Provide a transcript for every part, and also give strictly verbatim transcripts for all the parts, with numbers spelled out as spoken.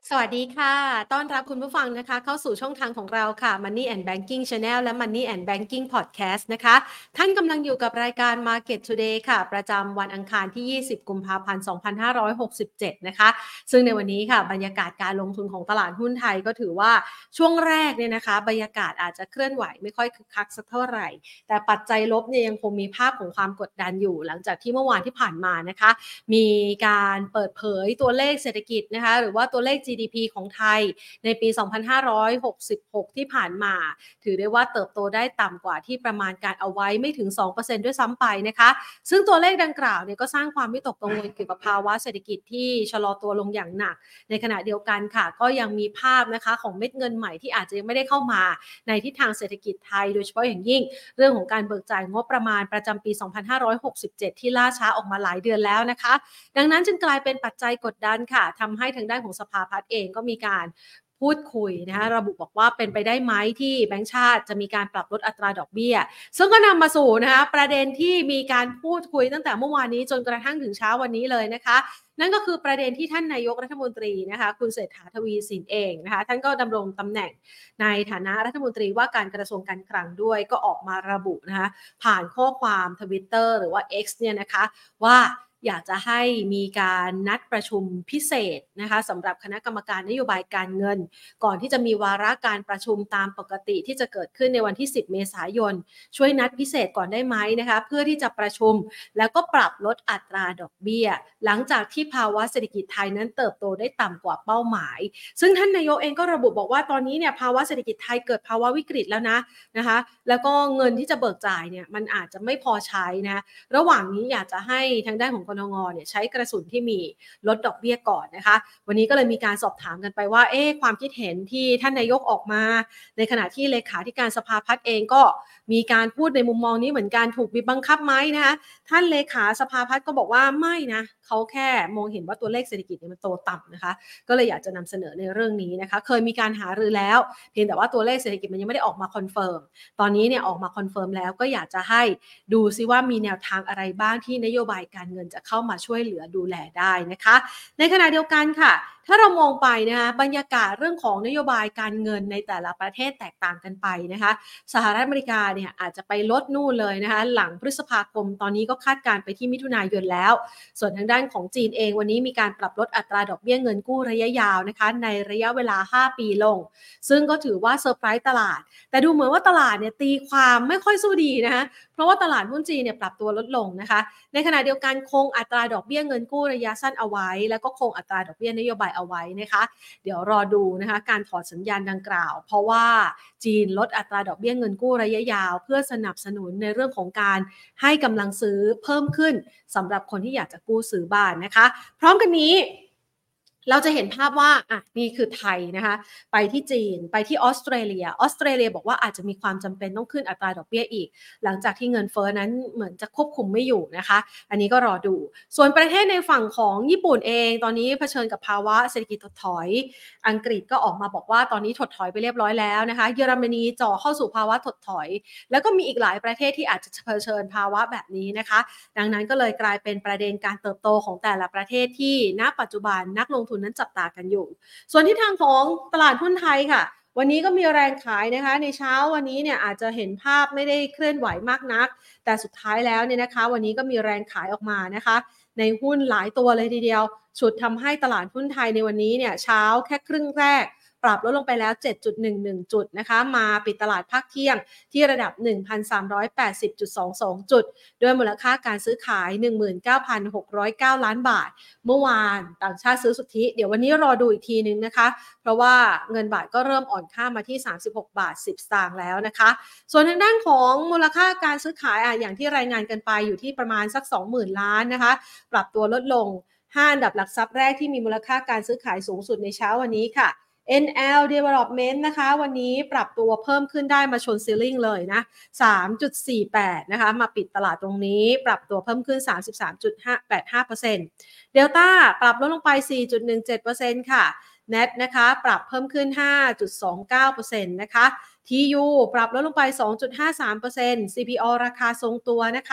สวัสดีค่ะต้อนรับคุณผู้ฟังนะคะเข้าสู่ช่องทางของเราค่ะ Money and Banking Channel และ Money and Banking Podcast นะคะท่านกำลังอยู่กับรายการ Market Today ค่ะประจำวันอังคารที่ยี่สิบกุมภาพันธ์สองพันห้าร้อยหกสิบเจ็ดนะคะซึ่งในวันนี้ค่ะบรรยากาศการลงทุนของตลาดหุ้นไทยก็ถือว่าช่วงแรกเนี่ยนะคะบรรยากาศอาจจะเคลื่อนไหวไม่ค่อยคึกคักสักเท่าไหร่แต่ปัจจัยลบเนี่ยยังคงมีภาพของความกดดันอยู่หลังจากที่เมื่อวานที่ผ่านมานะคะมีการเปิดเผยตัวเลขเศรษฐกิจนะคะหรือว่าตัวเลข จี ดี พี ของไทยในปีสองพันห้าร้อยหกสิบหกที่ผ่านมาถือได้ว่าเติบโตได้ต่ำกว่าที่ประมาณการเอาไว้ไม่ถึง สองเปอร์เซ็นต์ ด้วยซ้ำไปนะคะซึ่งตัวเลขดังกล่าวเนี่ยก็สร้างความวิตกกังวลเกี่ยวกับภาวะเศรษฐกิจที่ชะลอตัวลงอย่างหนักในขณะเดียวกันค่ะก็ยังมีภาพนะคะของเม็ดเงินใหม่ที่อาจจะยังไม่ได้เข้ามาในทิศทางเศรษฐกิจไทยโดยเฉพาะอย่างยิ่งเรื่องของการเบิกจ่ายงบประมาณประจำปีสองพันห้าร้อยหกสิบเจ็ดที่ล่าช้าออกมาหลายเดือนแล้วนะคะดังนั้นจึงกลายเป็นปัจจัยกดดันค่ะทำให้ทางด้านของสภาพัฒน์เองก็มีการพูดคุยนะคะระบุบอกว่าเป็นไปได้ไหมที่แบงก์ชาติจะมีการปรับลดอัตราดอกเบี้ยซึ่งก็นำมาสู่นะคะประเด็นที่มีการพูดคุยตั้งแต่เมื่อวานนี้จนกระทั่งถึงเช้าวันนี้เลยนะคะนั่นก็คือประเด็นที่ท่านนายกรัฐมนตรีนะคะคุณเศรษฐาทวีสินเองนะคะท่านก็ดำรงตำแหน่งในฐานะรัฐมนตรีว่าการกระทรวงการคลังด้วยก็ออกมาระบุนะคะผ่านข้อความ ทวิตเตอร์ หรือว่า X เนี่ยนะคะว่าอยากจะให้มีการนัดประชุมพิเศษนะคะสำหรับคณะกรรมการนโยบายการเงินก่อนที่จะมีวาระการประชุมตามปกติที่จะเกิดขึ้นในวันที่สิบเมษายนช่วยนัดพิเศษก่อนได้ไหมนะคะเพื่อที่จะประชุมแล้วก็ปรับลดอัตราดอกเบี้ยหลังจากที่ภาวะเศรษฐกิจไทยนั้นเติบโตได้ต่ำกว่าเป้าหมายซึ่งท่านนายกเองก็ระบุบอกว่าตอนนี้เนี่ยภาวะเศรษฐกิจไทยเกิดภาวะวิกฤตแล้วนะนะคะแล้วก็เงินที่จะเบิกจ่ายเนี่ยมันอาจจะไม่พอใช้นะระหว่างนี้อยากจะให้ทางด้านของกนงเนี่ยใช้กระสุนที่มีลดดอกเบี้ยก่อนนะคะวันนี้ก็เลยมีการสอบถามกันไปว่าเอ๊ะความคิดเห็นที่ท่านนายกออกมาในขณะที่เลขาธิการสภาพัฒน์เองก็มีการพูดในมุมมองนี้เหมือนกันถูกบีบบังคับไหมนะคะท่านเลขาสภาพัฒน์ก็บอกว่าไม่นะเขาแค่มองเห็นว่าตัวเลขเศรษฐกิจเนี่ยมันโตต่ำนะคะก็เลยอยากจะนำเสนอในเรื่องนี้นะคะเคยมีการหารือแล้วเพียงแต่ว่าตัวเลขเศรษฐกิจมันยังไม่ได้ออกมาคอนเฟิร์มตอนนี้เนี่ยออกมาคอนเฟิร์มแล้วก็อยากจะให้ดูซิว่ามีแนวทางอะไรบ้างที่นโยบายการเงินจะเข้ามาช่วยเหลือดูแลได้นะคะในขณะเดียวกันค่ะถ้าเรามองไปนะคะบรรยากาศเรื่องของนโยบายการเงินในแต่ละประเทศแตกต่างกันไปนะคะสหรัฐอเมริกาเนี่ยอาจจะไปลดนู่นเลยนะคะหลังพฤษภาคมตอนนี้ก็คาดการไปที่มิถุนายนแล้วส่วนทางด้านของจีนเองวันนี้มีการปรับลดอัตราดอกเบี้ยเงินกู้ระยะยาวนะคะในระยะเวลาห้าปีลงซึ่งก็ถือว่าเซอร์ไพรส์ตลาดแต่ดูเหมือนว่าตลาดเนี่ยตีความไม่ค่อยสู้ดีนะคะเพราะว่าตลาดหุ้นจีนเนี่ยปรับตัวลดลงนะคะในขณะเดียวกันคงอัตราดอกเบี้ยเงินกู้ระยะสั้นเอาไว้แล้วก็คงอัตราดอกเบี้ยนโยบายเอาไว้นะคะเดี๋ยวรอดูนะคะการถอดสัญญาณดังกล่าวเพราะว่าจีนลดอัตราดอกเบี้ยเงินกู้ระยะยาวเพื่อสนับสนุนในเรื่องของการให้กำลังซื้อเพิ่มขึ้นสำหรับคนที่อยากจะกู้ซื้อบ้านนะคะพร้อมกันนี้เราจะเห็นภาพว่าอ่ะนี่คือไทยนะคะไปที่จีนไปที่ออสเตรเลียออสเตรเลียบอกว่าอาจจะมีความจำเป็นต้องขึ้นอัตราดอกเบี้ยอีกหลังจากที่เงินเฟ้อนั้นเหมือนจะควบคุมไม่อยู่นะคะอันนี้ก็รอดูส่วนประเทศในฝั่งของญี่ปุ่นเองตอนนี้เผชิญกับภาวะเศรษฐกิจถดถอยอังกฤษก็ออกมาบอกว่าตอนนี้ถดถอยไปเรียบร้อยแล้วนะคะเยอรมนีจ่อเข้าสู่ภาวะถดถอยแล้วก็มีอีกหลายประเทศที่อาจจะเผชิญภาวะแบบนี้นะคะดังนั้นก็เลยกลายเป็นประเด็นการเติบโตของแต่ละประเทศที่ณปัจจุบันนักลงทุนนั้นจับตากันอยู่ส่วนทิศทางของตลาดหุ้นไทยค่ะวันนี้ก็มีแรงขายนะคะในเช้าวันนี้เนี่ยอาจจะเห็นภาพไม่ได้เคลื่อนไหวมากนักแต่สุดท้ายแล้วเนี่ยนะคะวันนี้ก็มีแรงขายออกมานะคะในหุ้นหลายตัวเลยทีเดียวฉุดทำให้ตลาดหุ้นไทยในวันนี้เนี่ยเช้าแค่ครึ่งแรกปรับลดลงไปแล้ว เจ็ดจุดหนึ่งหนึ่ง จุดนะคะมาปิดตลาดภาคเที่ยงที่ระดับ หนึ่งพันสามร้อยแปดสิบจุดสองสอง จุดด้วยมูลค่าการซื้อขาย หนึ่งหมื่นเก้าพันหกร้อยเก้า ล้านบาทเมื่อวานต่างชาติซื้อสุทธิเดี๋ยววันนี้รอดูอีกทีนึงนะคะเพราะว่าเงินบาทก็เริ่มอ่อนค่ามาที่สามสิบหกบาทสิบสตางค์แล้วนะคะส่วนทางด้านของมูลค่าการซื้อขายอ่ะอย่างที่รายงานกันไปอยู่ที่ประมาณสัก สองหมื่น ล้านนะคะปรับตัวลดลงห้าอันดับหลักทรัพย์แรกที่มีมูลค่าการซื้อขายสูงสุดในเช้าวันนี้ค่ะ เอ็น แอล Development นะคะวันนี้ปรับตัวเพิ่มขึ้นได้มาชนซีลิ่งเลยนะ สามจุดสี่แปด นะคะมาปิดตลาดตรงนี้ปรับตัวเพิ่มขึ้น สามสิบสามจุดแปดห้าเปอร์เซ็นต์ Delta ปรับลดลงไป สี่จุดหนึ่งเจ็ดเปอร์เซ็นต์ ค่ะ เน็ต นะคะปรับเพิ่มขึ้น ห้าจุดสองเก้าเปอร์เซ็นต์ นะคะ ที ยู ปรับลดลงไป สองจุดห้าสามเปอร์เซ็นต์ ซี พี โอ ราคาทรงตัวนะคะ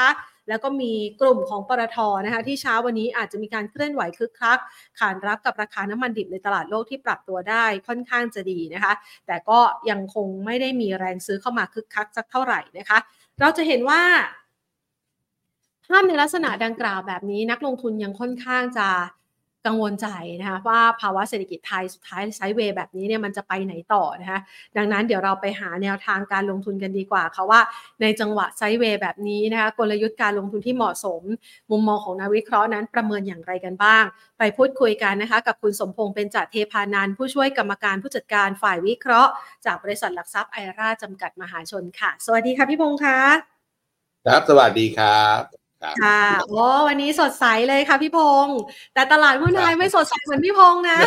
แล้วก็มีกลุ่มของปตท.นะคะที่เช้าวันนี้อาจจะมีการเคลื่อนไหวคึกคักขานรับกับราคาน้ำมันดิบในตลาดโลกที่ปรับตัวได้ค่อนข้างจะดีนะคะแต่ก็ยังคงไม่ได้มีแรงซื้อเข้ามาคึกคักสักเท่าไหร่นะคะเราจะเห็นว่าภาพในลักษณะดังกล่าวแบบนี้นักลงทุนยังค่อนข้างจะกังวลใจนะคะว่าภาวะเศรษฐกิจไทยสุดท้ายไซด์เวย์แบบนี้เนี่ยมันจะไปไหนต่อนะคะดังนั้นเดี๋ยวเราไปหาแนวทางการลงทุนกันดีกว่าค่ะว่าในจังหวะไซด์เวย์แบบนี้นะคะกลยุทธ์การลงทุนที่เหมาะสมมุมมองของนักวิเคราะห์นั้นประเมินอย่างไรกันบ้างไปพูดคุยกันนะคะกับคุณสมพงษ์เบญจเทพานันท์ผู้ช่วยกรรมการผู้จัดการฝ่ายวิเคราะห์จากบริษัทหลักทรัพย์ไอราจำกัดมหาชนค่ะสวัสดีค่ะพี่พงษ์ค่ะครับสวัสดีครับค่ะโอ้วันนี้สดใสเลยค่ะพี่พงษ์แต่ตลาดหุ้นไทยไม่สดใสเหมือนพี่พงษ์นะ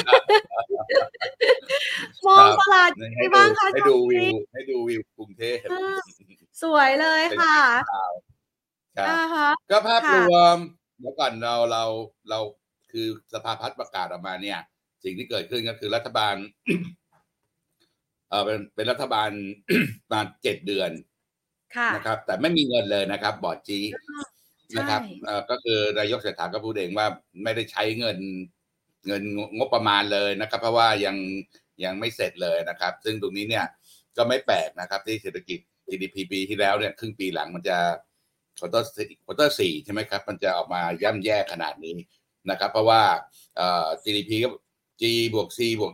มองตลาดยังไงบ้างคะให้ดูวิวให้ดูวิวกรุงเทพสวยเลยค่ะครับก็ภาพรวมเมื่อก่อนเราเราเราคือสภาพัฒน์ประกาศออกมาเนี่ยสิ่งที่เกิดขึ้นก็คือรัฐบาลเออเป็นเป็นรัฐบาลมาเจ็ดเดือนนะครับแต่ไม่มีเงินเลยนะครับบอร์ดจีนะครับเอ่อก็คือนายกเศรษฐาก็พูดเองว่าไม่ได้ใช้เงินเงินงบประมาณเลยนะครับเพราะว่ายังยังไม่เสร็จเลยนะครับซึ่งตรงนี้เนี่ยก็ไม่แปลกนะครับที่เศรษฐกิจ จี ดี พี ปีที่แล้วเนี่ยครึ่งปีหลังมันจะควอเตอร์ควอเตอร์สี่ใช่ไหมครับมันจะออกมาย่ำแย่ขนาดนี้นะครับเพราะว่าเอ่อ จี ดี พี ก็ G บวก C บวก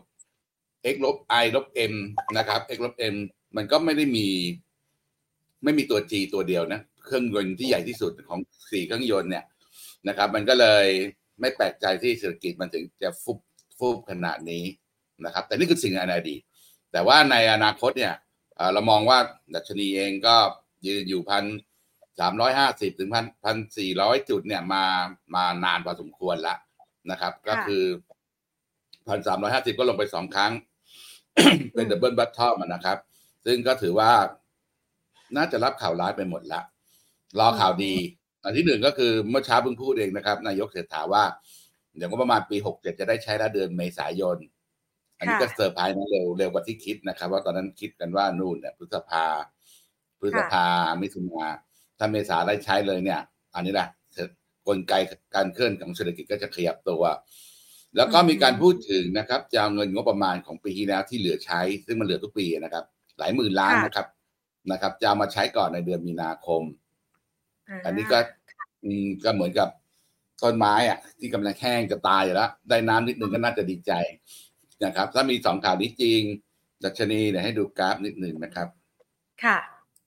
x ลบ i ลบ m นะครับ x ลบ m มันก็ไม่ได้มีไม่มีตัว G ตัวเดียวนะเครื่องยนต์ที่ใหญ่ที่สุดของสี่เครื่องยนต์เนี่ยนะครับมันก็เลยไม่แปลกใจที่เศรษฐกิจมันถึงจะฟุบฟุบขนาดนี้นะครับแต่นี่คือสิ่งในอดีตแต่ว่าในอนาคตเนี่ยเรามองว่าดัชนีเองก็ยืนอยู่พันสามร้อยห้าสิบถึงพันพันสี่ร้อยจุดเนี่ยมามานานพอสมควรแล้วนะครับก็คือพันสามร้อยห้าสิบก็ลงไปสองครั้ง เป็นดับเบิลบัตทอมนะครับซึ่งก็ถือว่าน่าจะรับข่าวร้ายไปหมดละรอข่าวดีอันที่หนึ่งก็คือเมื่อเช้าเพิ่งพูดเองนะครับนายกเศรษฐาว่าเดี๋ยวก็ประมาณปีหกเจ็ดจะได้ใช้แล้วเดือนเมษายนอันนี้ก็เซอร์ไพรส์นะเร็วเร็วกว่าที่คิดนะครับว่าตอนนั้นคิดกันว่านู่นเนี่ยพฤษภาพฤษภามิถุนาถ้าเมษาได้ใช้เลยเนี่ยอันนี้แหละกลไกการเคลื่อนของเศรษฐกิจก็จะขยับตัวแล้วก็มีการพูดถึงนะครับจะเอาเงินงบประมาณของปีที่แล้วที่เหลือใช้ซึ่งมันเหลือทุกปีนะครับหลายหมื่นล้านนะครับนะครับจะเอามาใช้ก่อนในเดือนมีนาคมอันนี้ก็ก็เหมือนกับต้นไม้อ่ะที่กำลังแห้งจะตายอยู่แล้วได้น้ำนิดนึงก็น่าจะดีใจนะครับถ้ามีสองข่าวนี้จริงดัชนีเนี่ยให้ดูกราฟนิดนึงนะครับค่ะ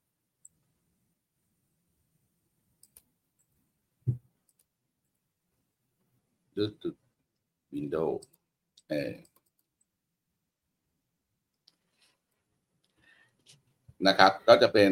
ดูจุดวินโดว์เออนะครับก็จะเป็น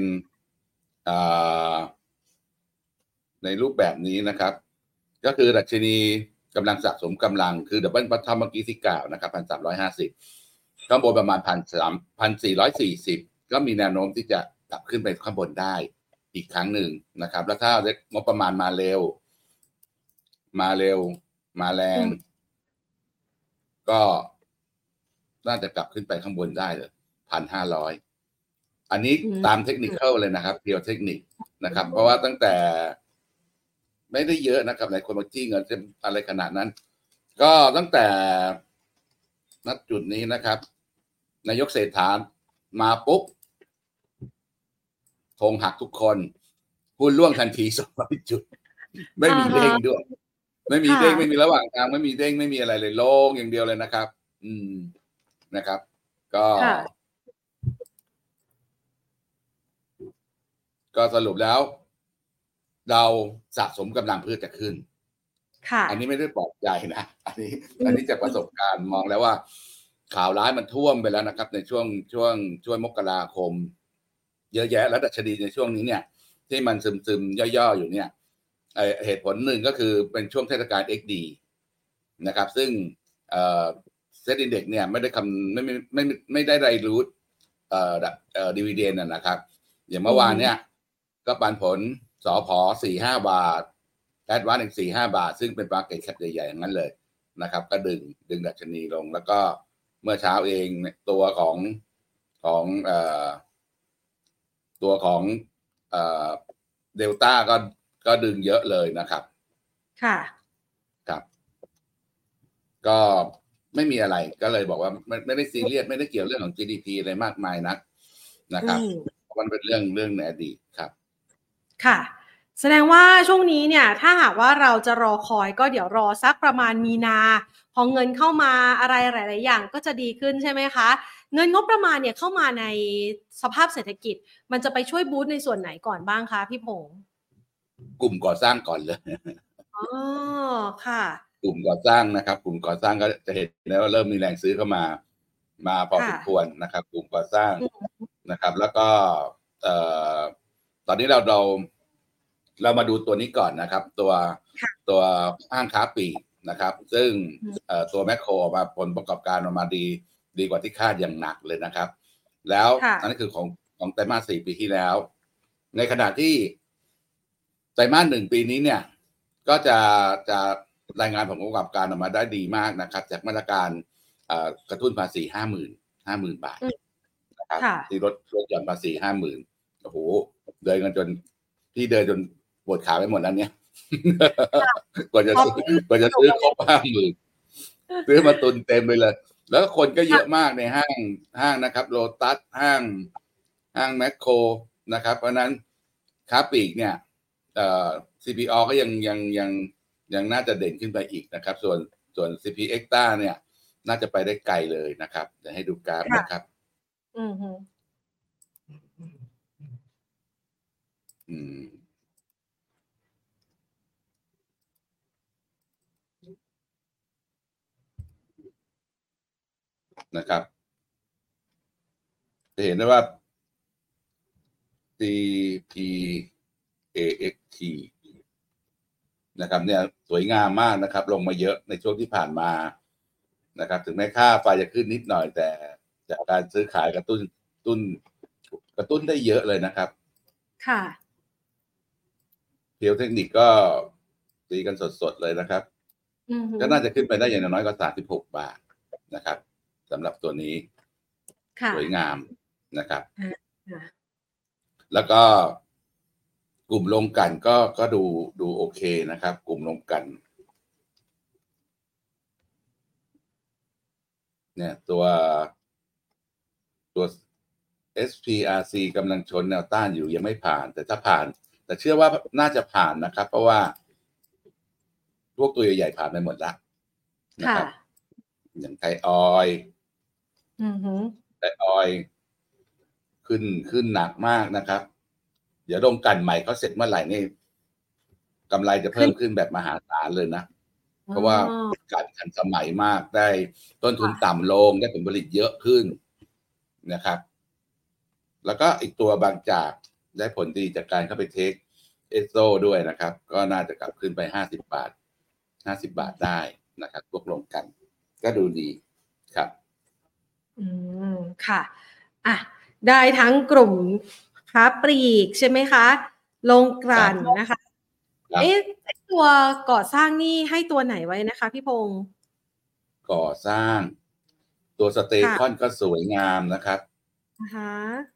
ในรูปแบบนี้นะครับก็คือดัชนีกำลังสะสมกำลังคือดับเบิลบัตทอมเมื่อกี้ที่กล่าวนะครับพันสามร้อยห้าสิบข้างบนประมาณพันสามพันสี่ร้อยสี่สิบก็มีแนวโน้มที่จะกลับขึ้นไปข้างบนได้อีกครั้งหนึ่งนะครับแล้วถ้างบประมาณมาเร็วมาเร็วมาแรงก็น่าจะกลับขึ้นไปข้างบนได้เลยพันห้าร้อยอันนี้ตามเทคนิคเลยนะครับเพียวเทคนิคนะครับเพราะว่าตั้งแต่ไม่ได้เยอะนะครับในคนมาจี้เงินอะไรขนาดนั้นก็ตั้งแต่ณจุดนี้นะครับนายกเศรษฐามาปุ๊บธงหักทุกคนหุ้นร่วงทันทีสองร้อยจุดไม่มีเด้งด้วยไม่มีเด้งไม่มีระหว่างทางไม่มีเด้งไม่มีอะไรเลยโล่งอย่างเดียวเลยนะครับอืมนะครับก็ก็สรุปแล้วเราสะสมกำลังเพื่อจะขึ้นอันนี้ไม่ได้ปลอบใจนะอันนี้อันนี้จากประสบการณ์มองแล้วว่าข่าวร้ายมันท่วมไปแล้วนะครับในช่วงช่วงช่วงมกราคมเยอะแยะแล้วดัชนีในช่วงนี้เนี่ยที่มันซึมๆย่อๆอยู่เนี่ยเหตุผลหนึ่งก็คือเป็นช่วงเทศกาล เอ็กซ์ ดี นะครับซึ่งเอ่อเซ็ตอินเด็กซ์เนี่ยไม่ได้คำไม่ไม่ไม่ไม่ได้ไรรูทเอ่อเอ่อดิวิเดนด์นะครับอย่างเมื่อวานเนี่ยก็ปันผลสผ สี่ห้า บาทแอดวานซ์อีก สี่ห้า บาทซึ่งเป็นมาร์เก็ตแคปใหญ่ๆอย่างนั้นเลยนะครับก็ดึงดึงดัชนีลงแล้วก็เมื่อเช้าเองตัวของของเอ่อตัวของเอ่อเดลต้าก็ก็ดึงเยอะเลยนะครับค่ะครับก็ไม่มีอะไรก็เลยบอกว่าไม่ไม่ได้ซีเรียสไม่ได้เกี่ยวเรื่องของ จี ดี พี อะไรมากมายนักนะครับมันเป็นเรื่องเรื่องในอดีตครับค่ะแสดงว่าช่วงนี้เนี่ยถ้าหากว่าเราจะรอคอยก็เดี๋ยวรอสักประมาณมีนาพอเงินเข้ามาอะไรหลายๆอย่างก็จะดีขึ้นใช่ไหมคะเงินงบประมาณเนี่ยเข้ามาในสภาพเศรษฐกิจมันจะไปช่วยบูสต์ในส่วนไหนก่อนบ้างคะพี่พงษ์กลุ่มก่อสร้างก่อนเลยอ๋อค่ะกลุ่มก่อสร้างนะครับกลุ่มก่อสร้างก็จะเห็นแล้วว่าเริ่มมีแรงซื้อเข้ามามาพอสมควรนะครับกลุ่มก่อสร้างนะครับแล้วก็เอ่อตอนนี้เราเราเรามาดูตัวนี้ก่อนนะครับตัวตัวห้างค้าปลีกนะครับซึ่งตัวแมคโครมาผลประกอบการออกมาดีดีกว่าที่คาดอย่างหนักเลยนะครับแล้วอันนี้คือของของไตรมาสสี่ปีที่แล้วในขณะที่ไตรมาสหนึ่งปีนี้เนี่ยก็จะจะรายงานผลประกอบการออกมาได้ดีมากนะครับจากมาตรการกระตุ้นภาษีห้าหมื่นห้าหมื่นบาทนะครับที่ลดลดหย่อนภาษีห้าหมื่นโอ้โหเดินกันจนที่เดินจนปวดขาไปหมดแล้วเนี่ยกว่าจะกว่าจะซื้อครบห้าหมื่นซื้อมาตุนเต็มไปเลยแล้วคนก็เยอะมากในห้างห้างนะครับโลตัสห้างห้างแมคโครนะครับเพราะนั้นค้าปลีกเนี่ยเอ่อ ซี พี โอ ก็ยังยังยังยังน่าจะเด่นขึ้นไปอีกนะครับส่วนส่วน ซี พี Extra เนี่ยน่าจะไปได้ไกลเลยนะครับเดี๋ยวให้ดูกราฟนะครับอืมอืมนะครับจะเห็นได้ว่า ซี พี เอ เอ็กซ์ ที นะครับเนี่ยสวยงามมากนะครับลงมาเยอะในช่วงที่ผ่านมานะครับถึงแม้ค่าไฟจะขึ้นนิดหน่อยแต่จากการซื้อขายกระตุ้นตุ้นกระตุ้นได้เยอะเลยนะครับค่ะเพียวเทคนิคก็ตีกันสดๆเลยนะครับก็น่าจะขึ้นไปได้อย่างน้อยก็สามสิบหกบาทนะครับสำหรับตัวนี้สวยงามนะครับแล้วก็กลุ่มลงกันก็ก็ดูดูโอเคนะครับกลุ่มลงกันเนี่ยตัวตัว เอส พี อาร์ ซี กำลังชนแนวต้านอยู่ยังไม่ผ่านแต่ถ้าผ่านแต่เชื่อว่าน่าจะผ่านนะครับเพราะว่าพวกตัวใหญ่ๆผ่านไปหมดแล้วนะครับอย่างไทยออยล์ไทยออยล์ขึ้นขึ้นหนักมากนะครับเดี๋ยวลงกันใหม่เขาเสร็จเมื่อไหร่นี่กำไรจะเพิ่มขึ้นแบบมหาศาลเลยนะเพราะว่าการทันสมัยมากได้ต้นทุนต่ำลงได้ผลผลิตเยอะขึ้นนะครับแล้วก็อีกตัวบางจากได้ผลดีจากการเข้าไปเทคเอสโซด้วยนะครับก็น่าจะกลับขึ้นไปห้าสิบบาทห้าสิบบาทได้นะครับพวกลงกันก็ดูดีครับอืมค่ะอ่ะได้ทั้งกลุ่มค้าปลีกใช่ไหมคะลงกลั่นนะคะเอ๊ะตัวก่อสร้างนี่ให้ตัวไหนไว้นะคะพี่พงศ์ก่อสร้างตัวสเตคอนก็สวยงามนะครับนะคะ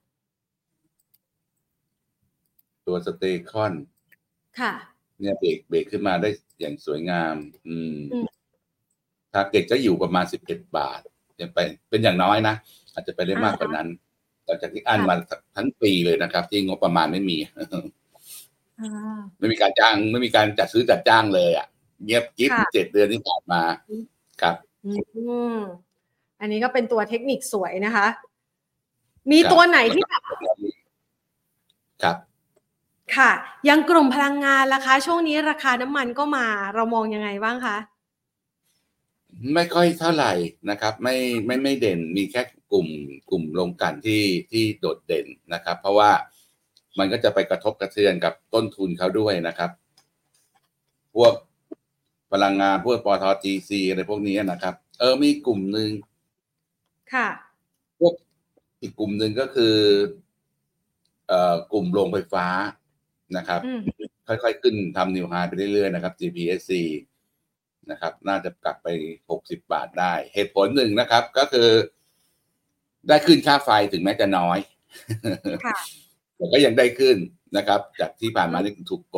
ตัวสเตคอนค่ะเนี่ยเบรกเบรกขึ้นมาได้อย่างสวยงามอืมทาร์เก็ตก็อยู่ประมาณสิบเอ็ดบาทยังไปเป็นอย่างน้อยนะอาจจะไปได้มากกว่านั้นหลังจากที่อั้นมาทั้งปีเลยนะครับที่งบประมาณไม่มีไม่มีการจ้างไม่มีการจัดซื้อจัดจ้างเลยอ่ะเงียบกิ๊บเจ็ดเดือนที่ผ่านมาครับอืมอันนี้ก็เป็นตัวเทคนิคสวยนะคะมีตัวไหนที่แบบครับค่ะยังกลุ่มพลังงานล่ะคะช่วงนี้ราคาน้ำมันก็มาเรามองยังไงบ้างคะไม่ค่อยเท่าไหร่นะครับไม่ไม่ไม่เด่นมีแค่กลุ่มกลุ่มโรงกลั่นที่ที่โดดเด่นนะครับเพราะว่ามันก็จะไปกระทบกระเทือนกับต้นทุนเขาด้วยนะครับพวกพลังงานพวกปตท จี ซี อะไรพวกนี้นะครับเออมีกลุ่มหนึ่งค่ะพวกอีกกลุ่มหนึ่งก็คือเอ่อกลุ่มโรงไฟฟ้านะครับค่อยๆขึ้นทำนิวไฮไปเรื่อยๆนะครับ จี พี เอส ซี นะครับน่าจะกลับไปหกสิบบาทได้เหตุผลหนึ่งนะครับก็คือได้ขึ้นค่าไฟถึงแม้จะน้อยแต่ก็ยังได้ขึ้นนะครับจากที่ผ่านมาที่ถูกกด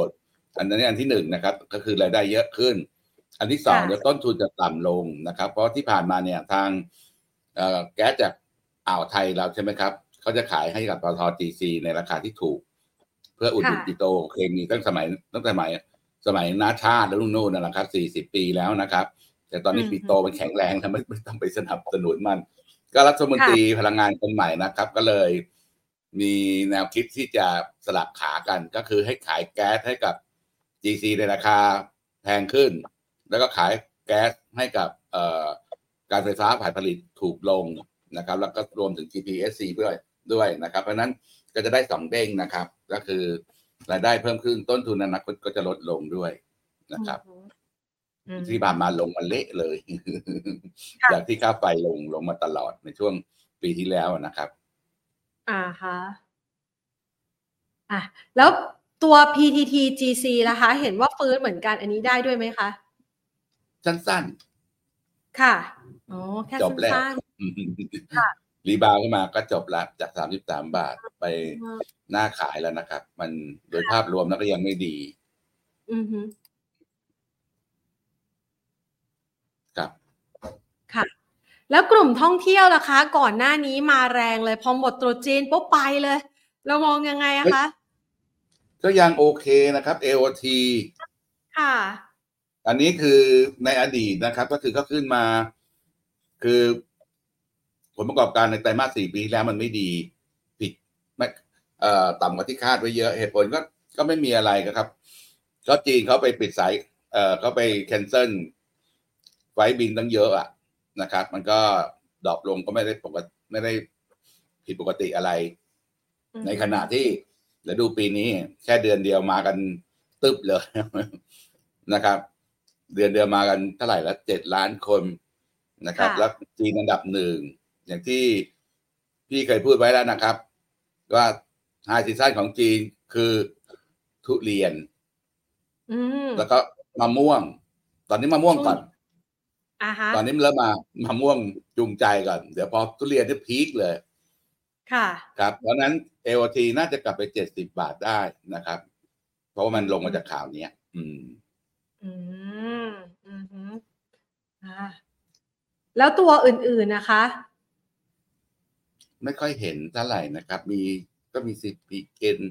อันนี้อันที่หนึ่งนะครับก็คือรายได้เยอะขึ้นอันที่สองเนี่ยต้นทุนจะต่ำลงนะครับเพราะที่ผ่านมาเนี่ยทางแก๊สจากอ่าวไทยเราใช่ไหมครับเขาจะขายให้กับปตท จี ซี ในราคาที่ถูกเพื่ออุดหนุนปิโตรเคมีตั้งสมัยตั้งแต่สมัยสมัยนาชาติแล้วนู่นนะครับสี่สิบปีแล้วนะครับแต่ตอนนี้ปิโตรมันแข็งแรงแล้วไม่ต้องไปสนับสนุนมันก็รัฐมนตรีพลังงานคนใหม่นะครับก็เลยมีแนวคิดที่จะสลับขากันก็คือให้ขายแก๊สให้กับ จี ซี ในราคาแพงขึ้นแล้วก็ขายแก๊สให้กับการไฟฟ้าฝ่ายผลิตถูกลงนะครับแล้วก็รวมถึง จี พี เอส ซี ด้วยด้วยนะครับเพราะนั้นก็จะได้สองเด้งนะครับก็คือรายได้เพิ่มขึ้นต้นทุนอนาคตก็จะลดลงด้วยนะครับที่ผ่านมาลงมาเละเลยจากที่ค่าไฟลงลงมาตลอดในช่วงปีที่แล้วนะครับอ่าฮะอ่ะแล้วตัว พี ที ที จี ซี นะคะเห็นว่าฟื้นเหมือนกันอันนี้ได้ด้วยไหมคะสั้นๆค่ะอ๋อแค่สั้นๆค่ะรีบาวขึ้นมาก็จบละจากสามสิบสามบาทไปหน้าขายแล้วนะครับมันโดยภาพรวมแล้วก็ยังไม่ดีอือฮึครับค่ะแล้วกลุ่มท่องเที่ยวล่ะคะก่อนหน้านี้มาแรงเลยพอหมดตรุษจีนปุ๊บไปเลยเรามองยังไงอะคะก็ยังโอเคนะครับ เอ โอ ทีค่ะอันนี้คือในอดีตนะครับก็คือเขาขึ้นมาคือผลประกอบการในไตรมาสสี่ปีแล้วมันไม่ดีผิดไม่เอ่อต่ำกว่าที่คาดไว้เยอะเหตุผลก็ก็ไม่มีอะไรครับก็จีนเขาไปปิดสายเอ่อเขาไปแคนเซิลไฟล์บินตั้งเยอะอ่ะนะครับมันก็ดรอปลงก็ไม่ได้ปกติไม่ได้ผิดปกติอะไรในขณะที่เดี๋ยวดูปีนี้แค่เดือนเดียวมากันตึ๊บเลยนะครับเดือนเดียวมากันเท่าไหร่ละเจ็ดล้านคนนะครับแล้วจีนอันดับหนึ่งอย่างที่พี่เคยพูดไว้แล้วนะครับว่าไฮซีซั่นของจีนคือทุเรียนแล้วก็มะม่วงตอนนี้มะม่วงก่อนตอนนี้เริ่มมามะม่วงจูงใจก่อนเดี๋ยวพอทุเรียนจะพีคเลยค่ะครับเพราะนั้น เอ โอ ที น่าจะกลับไปเจ็ดสิบบาทได้นะครับเพราะว่ามันลงมาจากข่าวนี้อืมอืมอืมฮึอ่าแล้วตัวอื่นๆนะคะไม่ค่อยเห็นเท่าไหร่นะครับมีก็มีสิบปีเกน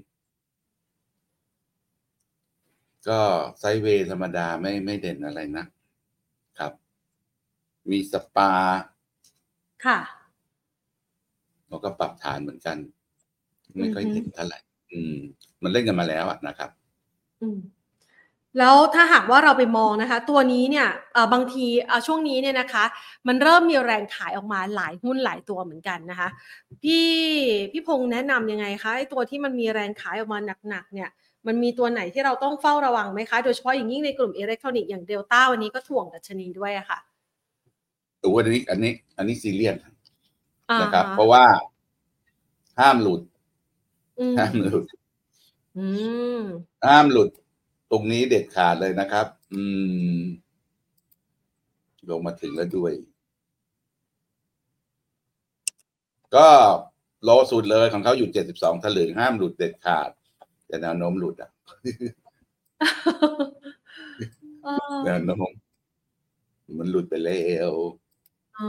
ก็ไซด์เวย์ธรรมดาไม่ไม่เด่นอะไรนะครับมีสปาค่ะเราก็ปรับฐานเหมือนกันไม่ค่อยเห็นเท่าไหร่อืมมันเล่นกันมาแล้วนะครับอืมแล้วถ้าหากว่าเราไปมองนะคะตัวนี้เนี่ยบางทีช่วงนี้เนี่ยนะคะมันเริ่มมีแรงขายออกมาหลายหุ้นหลายตัวเหมือนกันนะคะพี่พี่พงษ์แนะนำยังไงคะไอ้ตัวที่มันมีแรงขายออกมาหนักๆเนี่ยมันมีตัวไหนที่เราต้องเฝ้าระวังไหมคะโดยเฉพาะอย่างยิ่งในกลุ่มอิเล็กทรอนิกส์อย่างเดลต้าวันนี้ก็ถ่วงดัชนีด้วยอะค่ะตัวอันนี้อันนี้อันนี้ซีเรียสนะครับเพราะว่าห้ามหลุดห้ามหลุดห้ามหลุดตรงนี้เด็ดขาดเลยนะครับอืมลงมาถึงแล้วด้วยก็โลสุดเลยของเขาอยู่เจ็ดสิบสองถลึงห้ามหลุดเด็ดขาดแต่แนวโน้มหลุดอ่ะแนวโน้มมันหลุดไปแล้วอ๋อ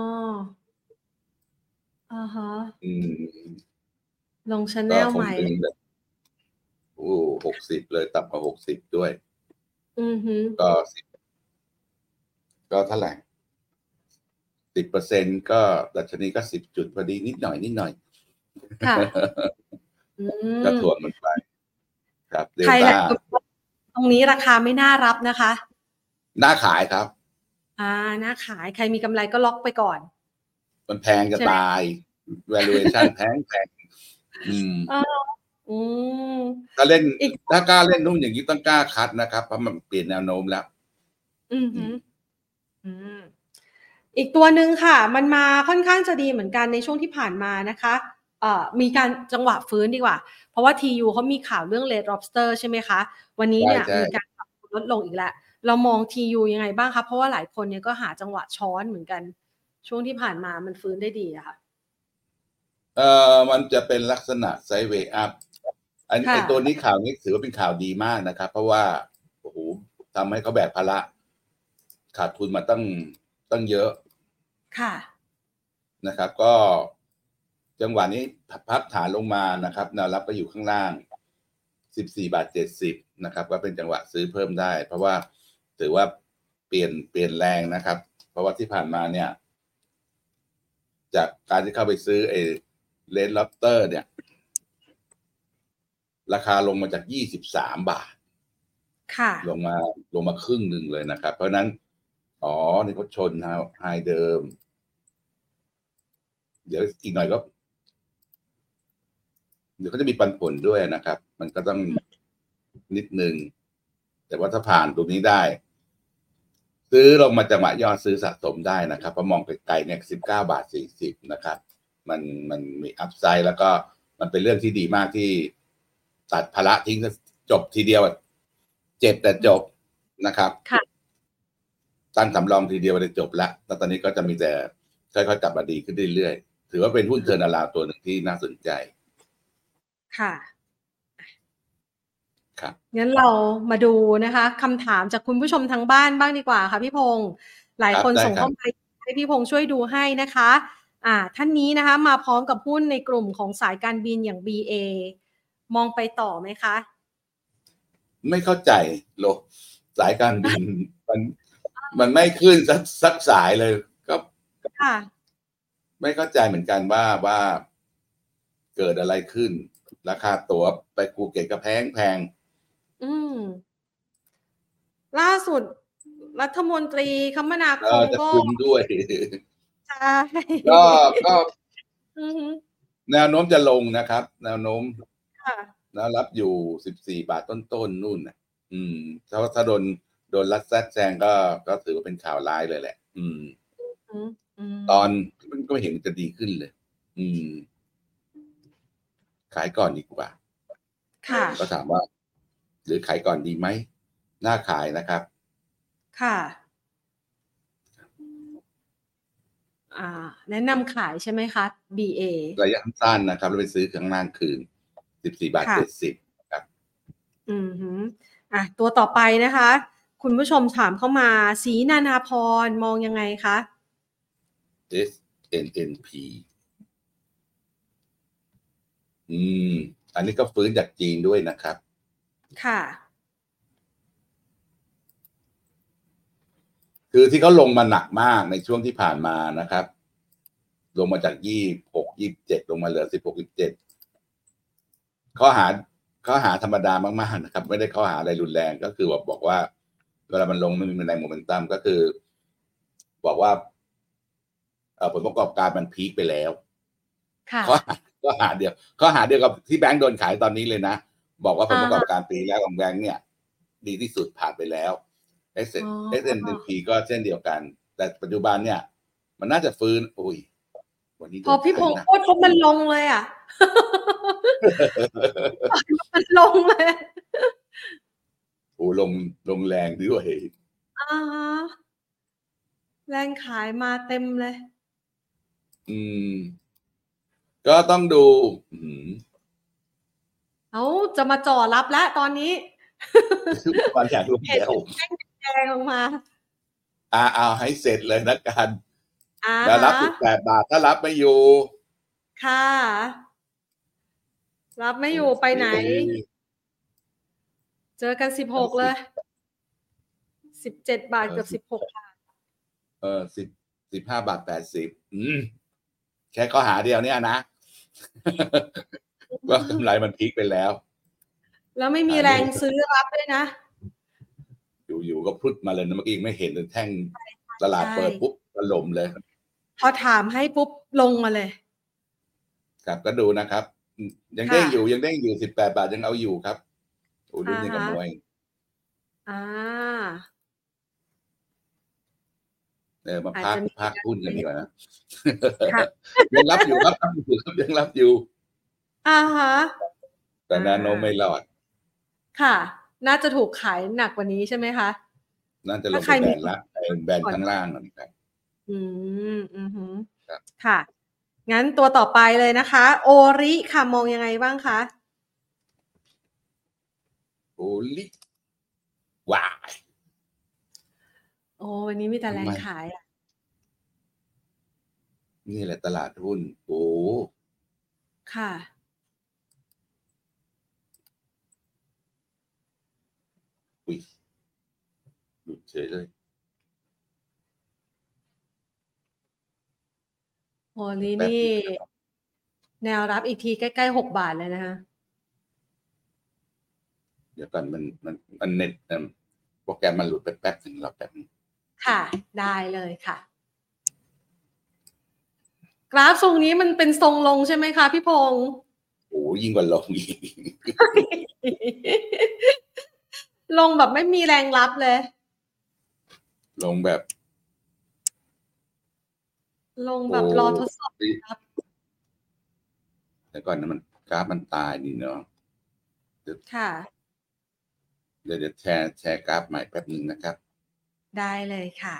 อ่าฮะอืมลงชาแนลใหม่โอ้หกสิบเลยต่ำกว่าหกสิบด้วยอือฮึก็สิบก็เท่าไหร่สิบเปอร์เซ็นต์ก็ดัชนีก็สิบจุดพอดีนิดหน่อยนิดหน่อยค่ะก็ถ่วงมันไปครับเดลต้าตรงนี้ราคาไม่น่ารับนะคะน่าขายครับอ่าน่าขายใครมีกำไรก็ล็อกไปก่อนมันแพงจะตาย valuation แพงแพงอืมอืมถ้าเล่นถ้ากล้าเล่นนุ่มอย่างนี้ต้องกล้าคัดนะครับเพราะมันเปลี่ยนแนวโน้มแล้วอืมอืมอีกตัวหนึ่งค่ะมันมาค่อนข้างจะดีเหมือนกันในช่วงที่ผ่านมานะคะเอ่อมีการจังหวะฟื้นดีกว่าเพราะว่า ที ยู เขามีข่าวเรื่อง Red Lobster ใช่ไหมคะวันนี้เนี่ยมีการปรับลดลงอีกแล้วเรามอง ที ยู ยังไงบ้างคะเพราะว่าหลายคนเนี่ยก็หาจังหวะช้อนเหมือนกันช่วงที่ผ่านมามันฟื้นได้ดีอะค่ะเอ่อมันจะเป็นลักษณะไซด์เวย์อัพอันไอตัวนี้ข่าวนี้ถือว่าเป็นข่าวดีมากนะครับเพราะว่าโอ้โหทำให้เขาแบกภาระขาดทุนมาตั้งตั้งเยอะค่ะนะครับก็จังหวะนี้พักฐานลงมานะครับแนวรับก็อยู่ข้างล่างสิบสี่บาทเจ็ดสิบนะครับก็เป็นจังหวะซื้อเพิ่มได้เพราะว่าถือว่าเปลี่ยนเปลี่ยนแรงนะครับเพราะว่าที่ผ่านมาเนี่ยจากการที่เข้าไปซื้อไอ้เลนล็อบสเตอร์เนี่ยราคาลงมาจากยี่สิบสามบาทค่ะลงมาลงมาครึ่งหนึ่งเลยนะครับเพราะนั้นอ๋อนี่เขาชนไฮเดิมเดี๋ยวอีกหน่อยก็เดี๋ยวก็จะมีปันผลด้วยนะครับมันก็ต้องนิดนึงแต่ว่าถ้าผ่านตรงนี้ได้ซื้อลงมาจังหวะยอดซื้อสะสมได้นะครับเพราะมองไกลๆเนี่ยสิบเก้าบาทสี่สิบนะครับมันมันมีอัพไซด์แล้วก็มันเป็นเรื่องที่ดีมากที่ตัดภาระทิ้งจบทีเดียวเจ็บแต่จบนะครับตั้งสำรองทีเดียวได้จบแล้วแล้วตอนนี้ก็จะมีแต่ค่อยๆกลับมาดีขึ้นเรื่อยๆถือว่าเป็นหุ้นเทอร์นาราตัวหนึ่งที่น่าสนใจค่ะครับงั้นเรามาดูนะคะคำถามจากคุณผู้ชมทางบ้านบ้างดีกว่าค่ะพี่พงศ์หลายคนส่งเข้ามาให้พี่พงศ์ช่วยดูให้นะคะอ่าท่านนี้นะคะมาพร้อมกับหุ้นในกลุ่มของสายการบินอย่าง บี เอ มองไปต่อไหมคะไม่เข้าใจโลสายการบินมันมันไม่ขึ้นสักสักสายเลยก็ค่ะไม่เข้าใจเหมือนกันว่าว่าเกิดอะไรขึ้นราคาตั๋วไปภูเก็ตก็แพงแพงอืมล่าสุดรัฐมนตรีคมนาคมก็คุมด้วยใช่ก็ก็แนวโน้มจะลงนะครับแนวโน้มแล้วรับอยู่สิบสี่บาทต้นๆ นนู่นน่ะอืมถ้าถ้าโดนโดนรัดแทรกแซงก็ก็ถือว่าเป็นข่าวร้ายเลยแหละ อืมตอนมันก็ไม่เห็นจะดีขึ้นเลย อืมขายก่อนดีกว่าค่ะก็ถามว่าหรือขายก่อนดีไหมน่าขายนะครับค่ะอ่าแนะนำขายใช่ไหมคะ บี เอระยะสั้นนะครับแล้วไปซื้อข้างล่างคืนสิบสี่บาทเจ็ดสิบครับอืมฮึอ่ะตัวต่อไปนะคะ คุณผู้ชมถามเข้ามาศรีนานาพรมองยังไงคะเอส เอ็น เอ็น พี อืมอันนี้ก็ฟื้นจากจีนด้วยนะครับค่ะคือที่เขาลงมาหนักมากในช่วงที่ผ่านมานะครับลงมาจากยี่สิบหก ยี่สิบเจ็ดลงมาเหลือสิบหก สิบเจ็ดข้อหาข้อหาธรรมดามากๆนะครับไม่ได้ข้อหาอะไรรุนแรงก็คือแบบบอกว่าเวลามันลงไม่มีแรงโมเมนตัมก็คือบอกว่าผลประกอบการมันพีคไปแล้วข้อหาข้อหาเดียวข้อหาเดียวกับที่แบงก์โดนขายตอนนี้เลยนะบอกว่าผลประกอบการปีแรกของแบงก์เนี่ยดีที่สุดผ่านไปแล้ว เอส เอ็น พี ก็เช่นเดียวกันแต่ปัจจุบันเนี่ยมันน่าจะฟื้นอุ้ยวันนี้พอพี่พงศ์พูดมันลงเลยอ่ะมันลงเลยโอ้ลงลงแรงด้วยอ่าแรงขายมาเต็มเลยอืมก็ต้องดูอืมเอาจะมาจ่อรับแล้วตอนนี้ความอยากลงแล้วแดงลงมาอ่าเอาให้เสร็จเลยนะกันแล้วรับสิบแปดบาทถ้ารับไม่อยู่ค่ะรับไม่อยู่ไปไหนเจอกันสิบหกเลยสิบเจ็ดบาทกับสิบหกบาทเออสิบสิบห้าบาทแปดสิบอืมแค่ข้อหาเดียวเนี่ยนะว่ากำไรมันพีคไปแล้วแล้วไม่มีแรงซื้อรับด้วยนะอยู่ๆก็พุดมาเลยนะเมื่อกี้ไม่เห็นเลยแท่งตลาดเปิดปุ๊บถล่มเลยพอถามให้ปุ๊บลงมาเลยครับก็ดูนะครับยังเด้งอยู่ยังเด้งอยู่สิบแปดบาทยังเอาอยู่ครับโอ้ดูนี่กับมวยอ่าเออมาพักพักหุ้นกันดีกว่านะยังรับอยู่ครับยังรับอยู่อ่าฮะแต่แนวโน้มไม่รอดค่ะน่าจะถูกขายหนักกว่านี้ใช่ไหมคะน่าจะลงไปแบนละแบนข้างล่างนะครับอืมอืมค่ะงั้นตัวต่อไปเลยนะคะโอริค่ะมองยังไงบ้างคะโอ้ลิว้ายโอ้วันนี้มีแต่แรงขายอ่ะนี่แหละตลาดหุ้นโอ้ค่ะอุ้ยหลุดเฉยเลยโอ้นี่นี่แนวรับอีกทีใกล้ๆหกบาทเลยนะคะเดี๋ยวก่อนมันมันมันเน็ตโปรแกรมมันหลุดไปแป๊บนึงเราแป๊บนึงค่ะได้เลยค่ะกราฟทรงนี้มันเป็นทรงลงใช่ไหมคะพี่พงษ์โอ้ยิ่งกว่าลงอีกลงแบบไม่มีแรงรับเลยลงแบบลงแบบรอทดสอบครับแต่ก่อนนะมันกราฟมันตายนี่เนาะค่ะเดี๋ยวเดี๋ยวแชร์แชร์กราฟใหม่แป๊บนึงนะครับได้เลยค่ะ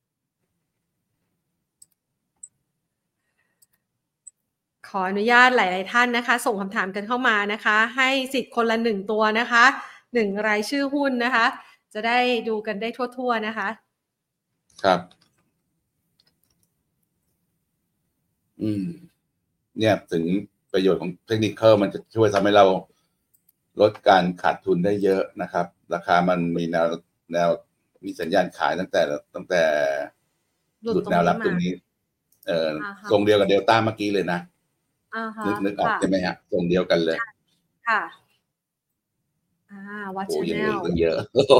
ขออนุญาตหลายๆท่านนะคะส่งคำถามกันเข้ามานะคะให้สิทธิ์คนละหนึ่งตัวนะคะหนึ่งรายชื่อหุ้นนะคะจะได้ดูกันได้ทั่วๆนะคะครับอืมเนี่ยถึงประโยชน์ของเทคนิคมันจะช่วยทำให้เราลดการขาดทุนได้เยอะนะครับราคามันมีแนวแนวมีสัญญาณขายตั้งแต่ตั้งแต่หลุดแนวรับตรงนี้เอ่อทรงเดียวกับเดลต้าเมื่อกี้เลยนะนึกนึกออกใช่ไหมฮะทรงเดียวกันเลยค่ะอ่าวัดชแนลเยอะ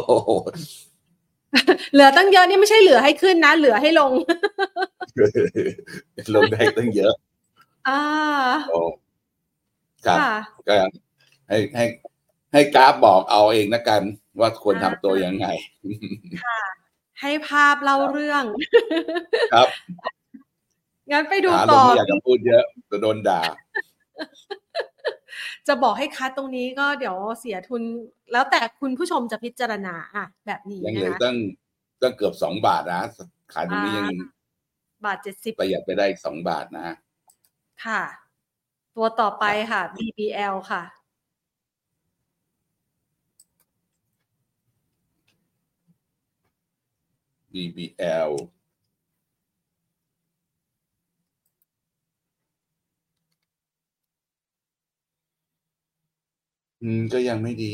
เหลือตั้งเยอะนี่ไม่ใช่เหลือให้ขึ้นนะเหลือให้ลงลงได้ตั้งเยอะอ่าโอ้ครับก็ให้ให้ให้กราฟบอกเอาเองนะกันว่าควรทำตัวยังไงค่ะให้ภาพเล่าเรื่องครับงั้นไปดูต่อไม่อยากจะพูดเยอะจะโดนด่าจะบอกให้คัดตรงนี้ก็เดี๋ยวเสียทุนแล้วแต่คุณผู้ชมจะพิจารณาอ่ะแบบนี้นะคะยังเหลือตั้งตั้งเกือบสองบาทนะขายตรงนี้ยังบาทเจ็ดสิบประหยัดไปได้อีกสองบาทนะค่ะตัวต่อไปค่ะ บี บี แอล ค่ะบี บี แอล อืมก็ยังไม่ดี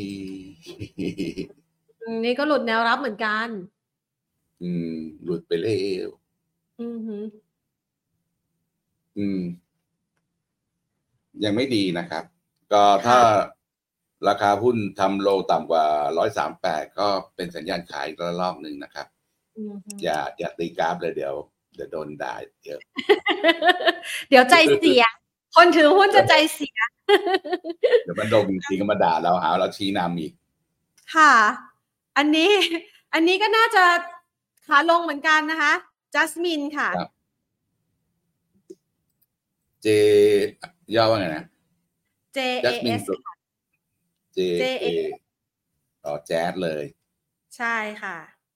นี่ก็หลุดแนวรับเหมือนกันอืมหลุดไปแล้วอือฮึอืมยังไม่ดีนะครับก็ถ้าราคาหุ้นทำโลต่ำกว่าหนึ่งร้อยสามสิบแปดก็เป็นสัญญาณขายอีกระลอกหนึ่งนะครับอย่าอย่าตีกราฟเลยเดี๋ยวเดี๋ยวโดนด่าเยอะเดี๋ยวใจเสียคนถือหุ้นจะใจเสียเดี๋ยวมันโดนจริงๆก็มาด่าเราหาเราชี้นำอีกค่ะอันนี้อันนี้ก็น่าจะขาลงเหมือนกันนะคะจัสมินค่ะ J ย่อว่าไงนะ J A S J A อ๋อแจ๊สเลยใช่ค่ะ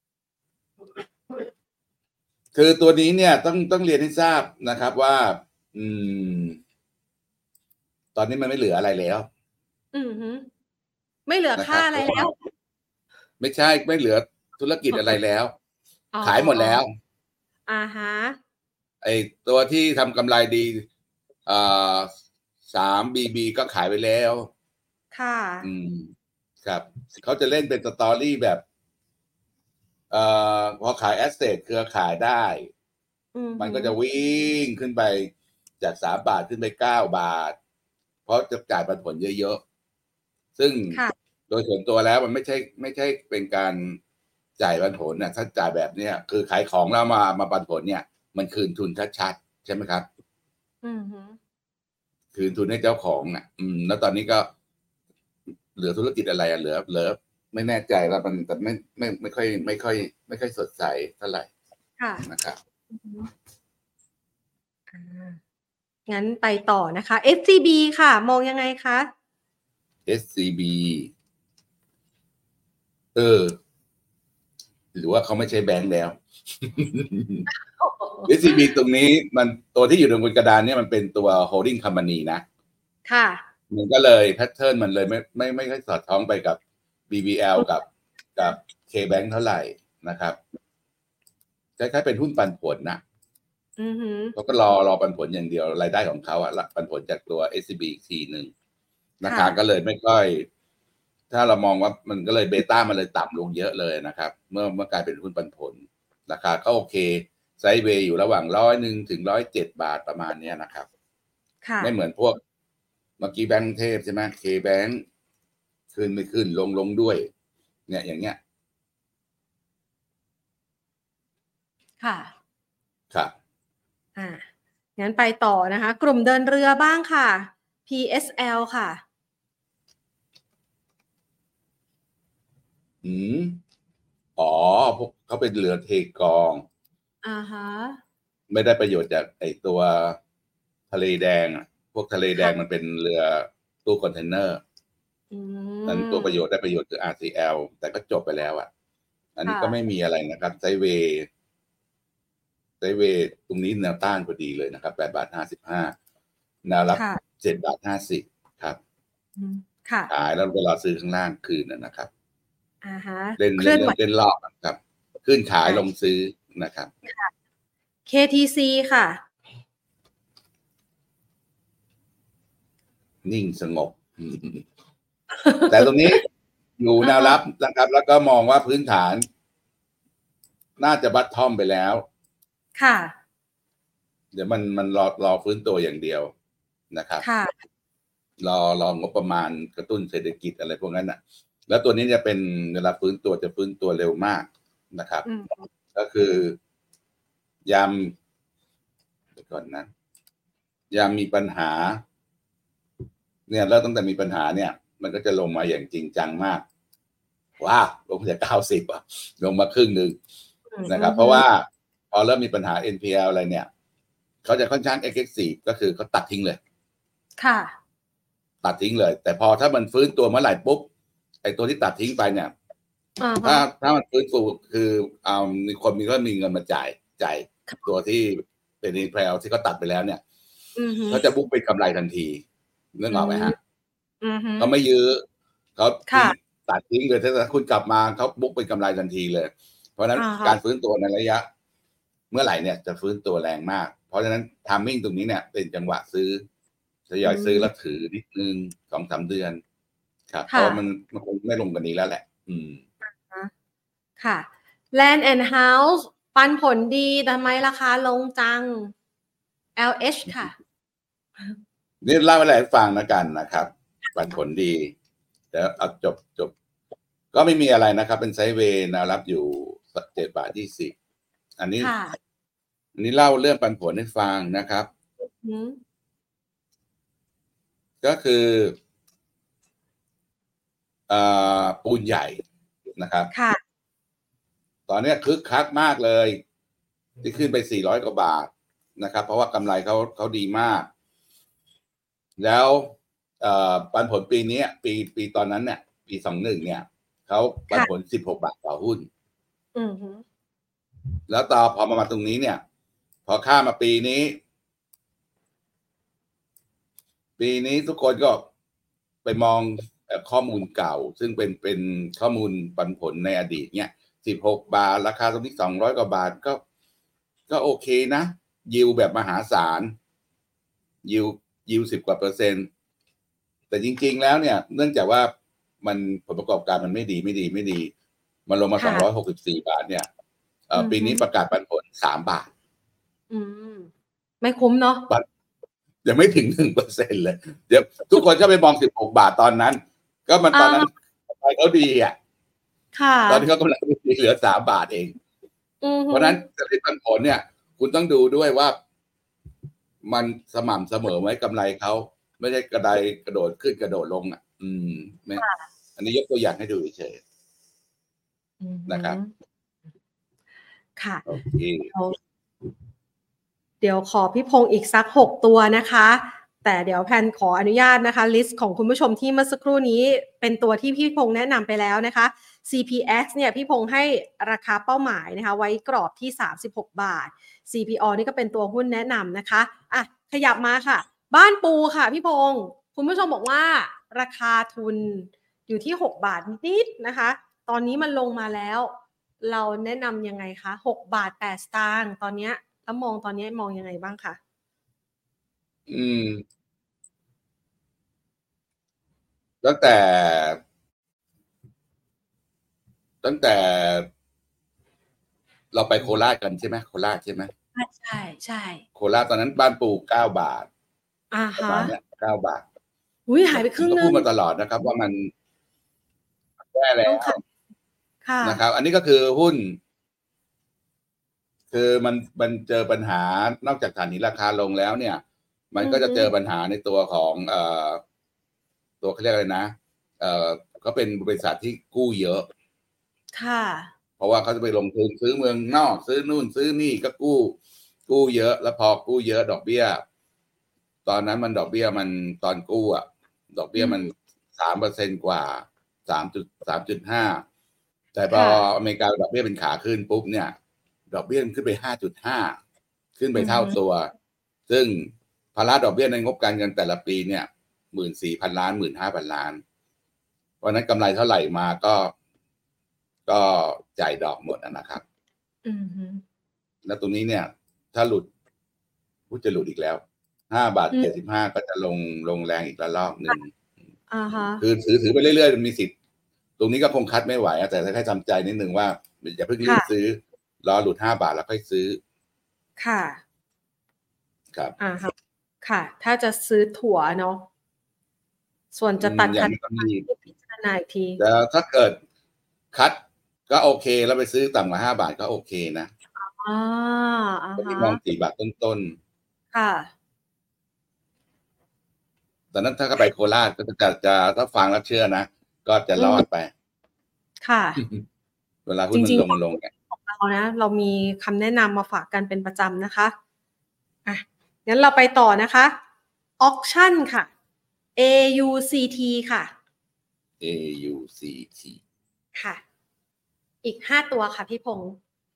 คือตัวนี้เนี่ยต้องต้องเรียนให้ทราบนะครับว่า อืม ตอนนี้มันไม่เหลืออะไรแล้วอือฮึไม่เหลือค่าอะไรแล้วไม่ใช่ไม่เหลือธุรกิจอะไรแล้วขายหมดแล้วอ่าฮะไอตัวที่ทำกำไรดีอ่าสามบีบีก็ขายไปแล้วค่ะอืมครับเขาจะเล่นเป็นสตอรี่แบบเอ่อพอขายแอสเซทเครือข่ายได้มันก็จะวิ่งขึ้นไปจากสามบาทขึ้นไปเก้าบาทเพราะจะจ่ายปันผลเยอะๆซึ่งโดยส่วนตัวแล้วมันไม่ใช่ไม่ใช่เป็นการจ่ายปันผลนะถ้าจ่ายแบบเนี้ยคือขายของแล้วมามาปันผลเนี่ยมันคืนทุนชัดๆใช่ไหมครับอืมคืนทุนให้เจ้าของอ่ะอืมแล้วตอนนี้ก็เหลือธุรกิจอะไรอ่ะเหลือเหลือไม่แน่ใจแล้วมันแต่ไม่ไม่ไม่ค่อยไม่ค่อยไม่ค่อยสดใสเท่าไหร่นะครับงั้นไปต่อนะคะ เอส ซี บี ค่ะมองยังไงคะเอส ซี บี เออหรือว่าเขาไม่ใช่แบงค์แล้ว เอส ซี บี ตรงนี้มันตัวที่อยู่บนกระดานเนี่ยมันเป็นตัว holding company นะค่ะมันก็เลยแพทเทิร์นมันเลยไม่ไม่ไม่ค่อยสอดคล้องไปกับบี บี แอล กับกับ K-Bank เท่าไหร่นะครับคล้ายๆเป็นหุ้นปันผลนะอือฮึเขาก็รอรอปันผลอย่างเดียวรายได้ของเขาอะปันผลจากตัว เอส ซี บี อีกทีหนึ่งราคาก็เลยไม่ค่อยถ้าเรามองว่ามันก็เลยเบต้ามันเลยต่ำลงเยอะเลยนะครับเมื่อเมื่อกลายเป็นหุ้นปันผลราคาก็โอเคไซด์เวย์อยู่ระหว่างร้อยหนึ่งถึงร้อยเจ็ดบาทประมาณนี้นะครับไม่เหมือนพวกเมื่อกี้แบงก์เทพใช่ไหมเคแบงก์ขึ้นไม่ขึ้นลงลงด้วยเนี่ยอย่างเงี้ยค่ะครับอ่างั้นไปต่อนะคะกลุ่มเดินเรือบ้างค่ะ พี เอส แอล ค่ะอืมอ๋อพวกเขาเป็นเรือเทกองอ่าฮะไม่ได้ประโยชน์จากไอตัวทะเลแดงอ่ะพวกทะเลแดงมันเป็นเรือตู้คอนเทนเนอร์นั้นตัวประโยชน์ได้ประโยชน์คือ อาร์ ซี แอล แต่ก็จบไปแล้วอ่ะอันนี้ก็ไม่มีอะไรนะครับไซด์เวย์ไซด์เวย์ตรงนี้แนวต้านพอดีเลยนะครับแปดบาทห้าสิบห้าแนวรับเจ็ดบาทห้าสิบครับขายแล้วเวลาซื้อข้างล่างคืนนะครับเล่นเล่นเล่นรอบครับขึ้นขายลงซื้อนะครับเค ที ซี ค่ะนิ่งสงบ แต่ตรงนี้อยู่แนวรับนะครับ แล้วก็มองว่าพื้นฐาน น่าจะบัตทอมไปแล้วค่ะเดี๋ยวมันมันรอรอฟื้นตัวอย่างเดียวนะครับค่ะรอรองบประมาณกระตุ้นเศรษฐกิจอะไรพวกนั้นน่ะ แล้วตัวนี้จะเป็นเวลาฟื้นตัวจะฟื้นตัวเร็วมากนะครับก็คือยามเดี๋ยวก่อนนะยามมีปัญหาเนี่ยแล้วตั้งแต่มีปัญหาเนี่ย มันก็จะลงมาอย่างจริงจังมากว้าวลงมาจากเก้าสิบอ่ะลงมาครึ่งหนึ่งนะครับเพราะว่าพอเริ่มมีปัญหา เอ็น พี แอล อะไรเนี่ยเขาจะค่อนข้าง aggressive ก็คือเขาตัดทิ้งเลยค่ะตัดทิ้งเลยแต่พอถ้ามันฟื้นตัวเมื่อไหร่ปุ๊บไอ้ตัวที่ตัดทิ้งไปเนี่ยถ้าถ้ามันฟื้นฟูคือเอามีคนมีก็มีเงินมาจ่ายจ่ายตัวที่เป็น เอ็น พี แอล ที่เขาตัดไปแล้วเนี่ยเขาจะบุ๊กเป็นกำไรทันทีนึกออกไหมฮะเขาไม่ยื้อเขาตัดทิ้งเลยถ้าคุณกลับมาเขาบุ๊กเป็นกำไรทันทีเลยเพราะฉะนั้นการฟื้นตัวในระยะเมื่อไหร่เนี่ยจะฟื้นตัวแรงมากเพราะฉะนั้นไทมิ่งตรงนี้เนี่ยเป็นจังหวะซื้อทยอยซื้อแล้วถือนิดนึงสองสามเดือนครับเพราะมันมันคงไม่ลงกันนี้แล้วแหละอืมค่ะ Land and House ปันผลดีแต่ทำไมราคาลงจัง แอล เอช ค่ะนี่เล่าอะไรให้ฟังนะกันนะครับปันผลดีแต่เอาจบจบก็ไม่มีอะไรนะครับเป็นไซด์เวย์นะรับอยู่เจ็ดบาทยี่สิบอันนี้อันนี้เล่าเรื่องปันผลให้ฟังนะครับก็คืออ่าปูนใหญ่นะครับตอนนี้คึกคักมากเลยที่ขึ้นไปสี่ร้อยกว่าบาทนะครับเพราะว่ากำไรเขาเขาดีมากแล้วปันผลปีนี้ปีปีตอนนั้นเนี่ยปีสองหนึ่งเนี่ยเขาปันผลสิบหกบาทต่อหุ้นแล้วต่อพอมามาตรงนี้เนี่ยพอข้ามาปีนี้ปีนี้ทุกคนก็ไปมองข้อมูลเก่าซึ่งเป็นเป็นข้อมูลปันผลในอดีตเนี่ยสิบหกบาทราคาตรงนี้สองร้อยกว่าบาทก็ก็โอเคนะยิวแบบมหาศาลยิวยิวสิบกว่าเปอร์เซ็นต์แต่จริงๆแล้วเนี่ยเนื่องจากว่ามันผลประกอบการมันไม่ดีไม่ดีไม่ดีมันลงมาสองร้อยหกสิบสี่บาทเนี่ยปีนี้ประกาศปันผลสามบาทอืมไม่คุ้มเนาะยังไม่ถึงหนึ่งเปอร์เซ็นต์เลยเดี๋ยวทุกคนก็ไปมองสิบหกบาทตอนนั้นก็มันตอนนั้นไปเขาดีอ่ะตอนนี้เขากำลังดีเหลือสามบาทเองเพราะนั้นจะได้ปันผลเนี่ยคุณต้องดูด้วยว่ามันสม่ำเสมอไหมกำไรเขาไม่ใช่กระไดกระโดดขึ้นกระโดดลงอ่ะอืมไม่อันนี้ยกตัวอย่างให้ดูเฉยๆนะครับค่ะโอเคเดี๋ยวขอพี่พงศ์อีกสักหกตัวนะคะแต่เดี๋ยวแพนขออนุญาตนะคะลิสต์ของคุณผู้ชมที่เมื่อสักครู่นี้เป็นตัวที่พี่พงศ์แนะนำไปแล้วนะคะ ซี พี เอ็กซ์ เนี่ยพี่พงศ์ให้ราคาเป้าหมายนะคะไว้กรอบที่สามสิบหกบาท ซี พี โอ นี่ก็เป็นตัวหุ้นแนะนำนะคะอ่ะขยับมาค่ะบ้านปูค่ะพี่พงศ์คุณผู้ชมบอกว่าราคาทุนอยู่ที่หกบาทนิดๆนะคะตอนนี้มันลงมาแล้วเราแนะนำยังไงคะหกบาทแปดสตางค์ตอนเนี้ยแล้วมองตอนนี้มองยังไงบ้างคะอืมตั้งแต่ตั้งแต่เราไปโคราชกันใช่ไหมโคราชใช่ไหมใช่ใช่โคราชตอนนั้นบ้านปูเก้าบาทอ่าประฮะมาณเนี้ยเก้าบาทอุ้ยหายไปครึ่งก็นึงพูดมาตลอดนะครับว่ามันแย่แล้วต้องค่ะค่ะนะครับอันนี้ก็คือหุ้นคือมันมันเจอปัญหานอกจากฐานหินราคาลงแล้วเนี่ย มันก็จะเจอปัญหาในตัวของเอ่อตัวเขาเรียกอะไรนะเอ่อก็เป็นบริษัทที่กู้เยอะค่ะเพราะว่าเขาจะไปลงทุนซื้อเมืองนอกซื้อนู่นซื้อนี่ก็กู้ กู้เยอะ แล้วพอกู้เยอะดอกเบี้ย ตอนนั้นมันดอกเบี้ยมันตอนกู้อ่ะดอกเบี้ยมันสามเปอร์เซ็นกว่าสามจุดสามจุดห้าแต่พออเมริกาดอกเบี้ยเป็นขาขึ้นปุ๊บเนี่ยดอกเบี้ยมันขึ้นไปห้าจุดห้าขึ้นไปเท่าตัว ซึ่งภาระดอกเบี้ยในงบการเงินแต่ละปีเนี่ยหมื่นสี่พันล้านหมื่นห้าพันล้านเพราะนั้นกำไรเท่าไหร่มาก็ก็จ่ายดอกหมดนะครับอืมแล้วตรงนี้เนี่ย ถ้าหลุดพูดจะหลุดอีกแล้วห้าบาทเจ็ดสิบห้าก็จะลงลงแรงอีกระลอกหนึ่งอ่าฮะคือถือถือไปเรื่อยๆมันมีสิทธิ์ตรงนี้ก็คงคัดไม่ไหวแต่ถ้าให้ทำใจนิดนึงว่าอย่าเพิ่งรีบซื้อรอหลุดห้าบาทแล้วค่อยซื้อค่ะครับอ่าฮะค่ะ ถ้าจะซื้อถั่วเนาะส่วนจะตัดคัดพิจารณาอีกทีแต่ถ้าเกิดคัดก็โอเคแล้วไปซื้อต่ำกว่าห้าบาทก็โอเคนะอ่าอ่าฮะมองสี่บาทต้นๆค่ะแต่นั้นถ้าก็ไปโคราชก็จะจะถ้าฟังแล้วเชื่อนะก็จะรอดไปค่ะเวลาหุ้นมันลงลงเนี่ยของเรานะเรามีคำแนะนำมาฝากกันเป็นประจำนะคะอ่ะงั้นเราไปต่อนะคะ auction ค่ะ เอ ยู ซี ที ค่ะเอ ยู ซี ทีค่ะอีกห้าตัวค่ะพี่พงษ์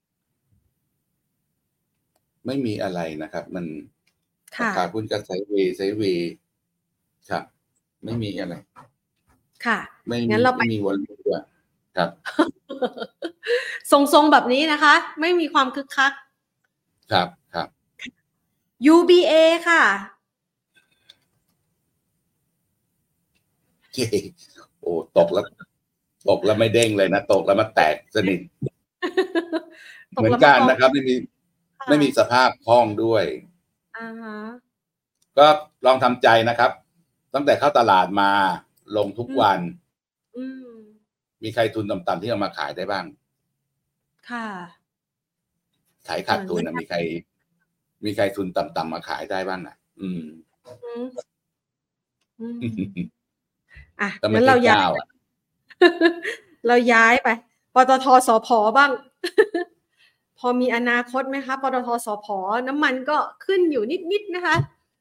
ไม่มีอะไรนะครับมันราคาหุ้นก็ไซด์เวย์ไซด์เวย์ครับไม่มีอะไรค่ะไม่งั้นเราไปมีวอลลุ่มด้วยครับทรงๆแบบนี้นะคะ ไม่มีความคึกคักครับครับยู บี เอ ค่ะโอ้ตกแล้วตกแล้วไม่เด้งเลยนะตกแล้วมาแตกสนิทเหมือนกันนะครับไม่มีไม่มีสภาพคล่องด้วยอ่าฮะก็ลองทำใจนะครับตั้งแต่เข้าตลาดมาลงทุกวันมีใครทุนต่ำๆที่เอามาขายได้บ้างค่ะขายขาดทุนนะมีใครมีใครทุนต่ำๆมาขายได้บ้างอ่ะ อืมอ่ะงั้นเราย้ายเราย้ายไปปตท.สผ.บ้าง พอมีอนาคตไหมคะปตท.สผ.น้ำมันก็ขึ้นอยู่นิดๆนะคะ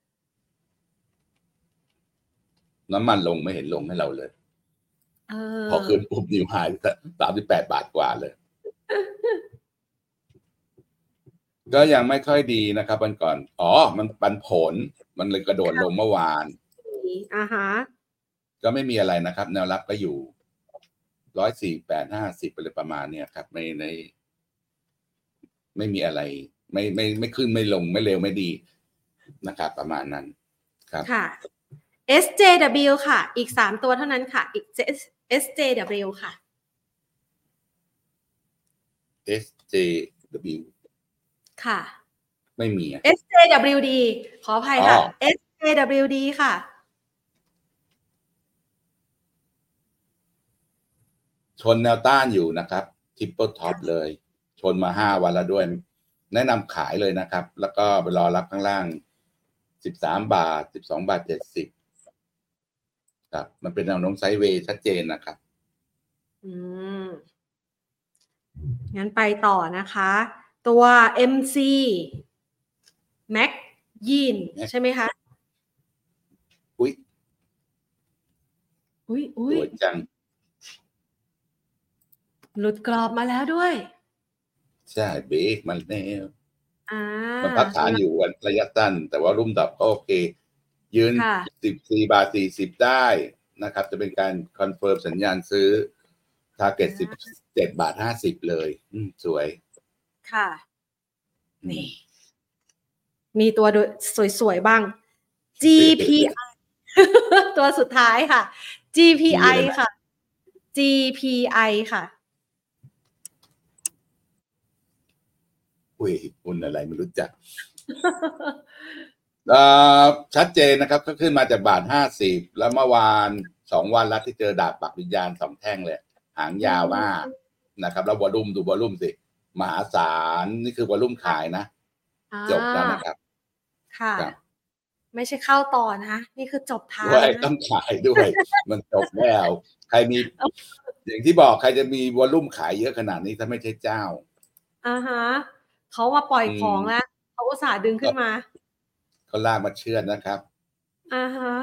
น้ำมันลงไม่เห็นลงให้เราเลยเออพอขึ้นปุ๊บนิวไฮสามสิบแปดบาทกว่าเลยก็ยังไม่ค่อยดีนะครับวันก่อนอ๋อมันปันผลมันเลยกระโดดลงเมื่อวานอ่าฮะก็ไม่มีอะไรนะครับแนวรับก็อยู่ร้อยสี่แปดห้าสิบอะไรประมาณเนี้ยครับไม่ในไม่มีอะไรไม่ไม่ไม่ขึ้นไม่ลงไม่เร็วไม่ดีนะครับประมาณนั้นครับค่ะ เอส เจ ดับเบิลยู ค่ะอีกสามตัวเท่านั้นค่ะอีก เอส เจ ดับเบิลยู ค่ะเอส เจ ดับเบิลยูค่ะไม่มีเอส เจ ดับเบิลยู ดี ขออภัยค่ะ เอส เจ ดับเบิลยู ดี ค่ะชนแนวต้านอยู่นะครับทริปเปิลท็อปเลยชนมาห้าวันแล้วด้วยแนะนำขายเลยนะครับแล้วก็ไปรอรับข้างล่างสิบสามบาทสิบสองบาทเจ็ดสิบครับมันเป็นแนวโน้มไซด์เวย์ชัดเจนนะครับอืมงั้นไปต่อนะคะตัว เอ็ม ซี Mac ยีนใช่ไหมคะอุ้ยอุ้ยอุ้ยสวยจังหลุดกรอบมาแล้วด้วยใช่เบรกมันแนวมันพักฐานอยู่ระยะสั้นแต่ว่ารุ่มดับก็โอเคยืนสิบสี่บาทสี่สิบได้นะครับจะเป็นการคอนเฟิร์มสัญญาณซื้อ target สิบเจ็ดบาทห้าสิบเลยสวยค่ะนี่มีตัวสวยๆบ้าง จี พี ไอ ตัวสุดท้ายค่ะ จี พี ไอ ค่ะ จี พี ไอ ค่ะอุ้ยหุ้นอะไรไม่รู้จักชัดเจนนะครับก็ขึ้นมาจากบาทห้าสิบแล้วเมื่อวานสองวันแล้วที่เจอดาบปักวิญญาณสองแท่งเลยหางยาวมากนะครับแล้ววอลุ่มดูวอลุ่มสิมหาศาลนี่คือวอลุ่มขายนะจบแล้วนะครับค่ะไม่ใช่เข้าต่อนะนี่คือจบทางด้วยต้องขายด้วยมันจบแล้วใครมีอย่างที่บอกใครจะมีวอลุ่มขายเยอะขนาดนี้ถ้าไม่ใช่เจ้าอ่าฮะเขามาปล่อยของแล้วเขาอุตส่าห์ดึงขึ้นมาเขาลากมาเชื่อดนะครับอ่าฮะ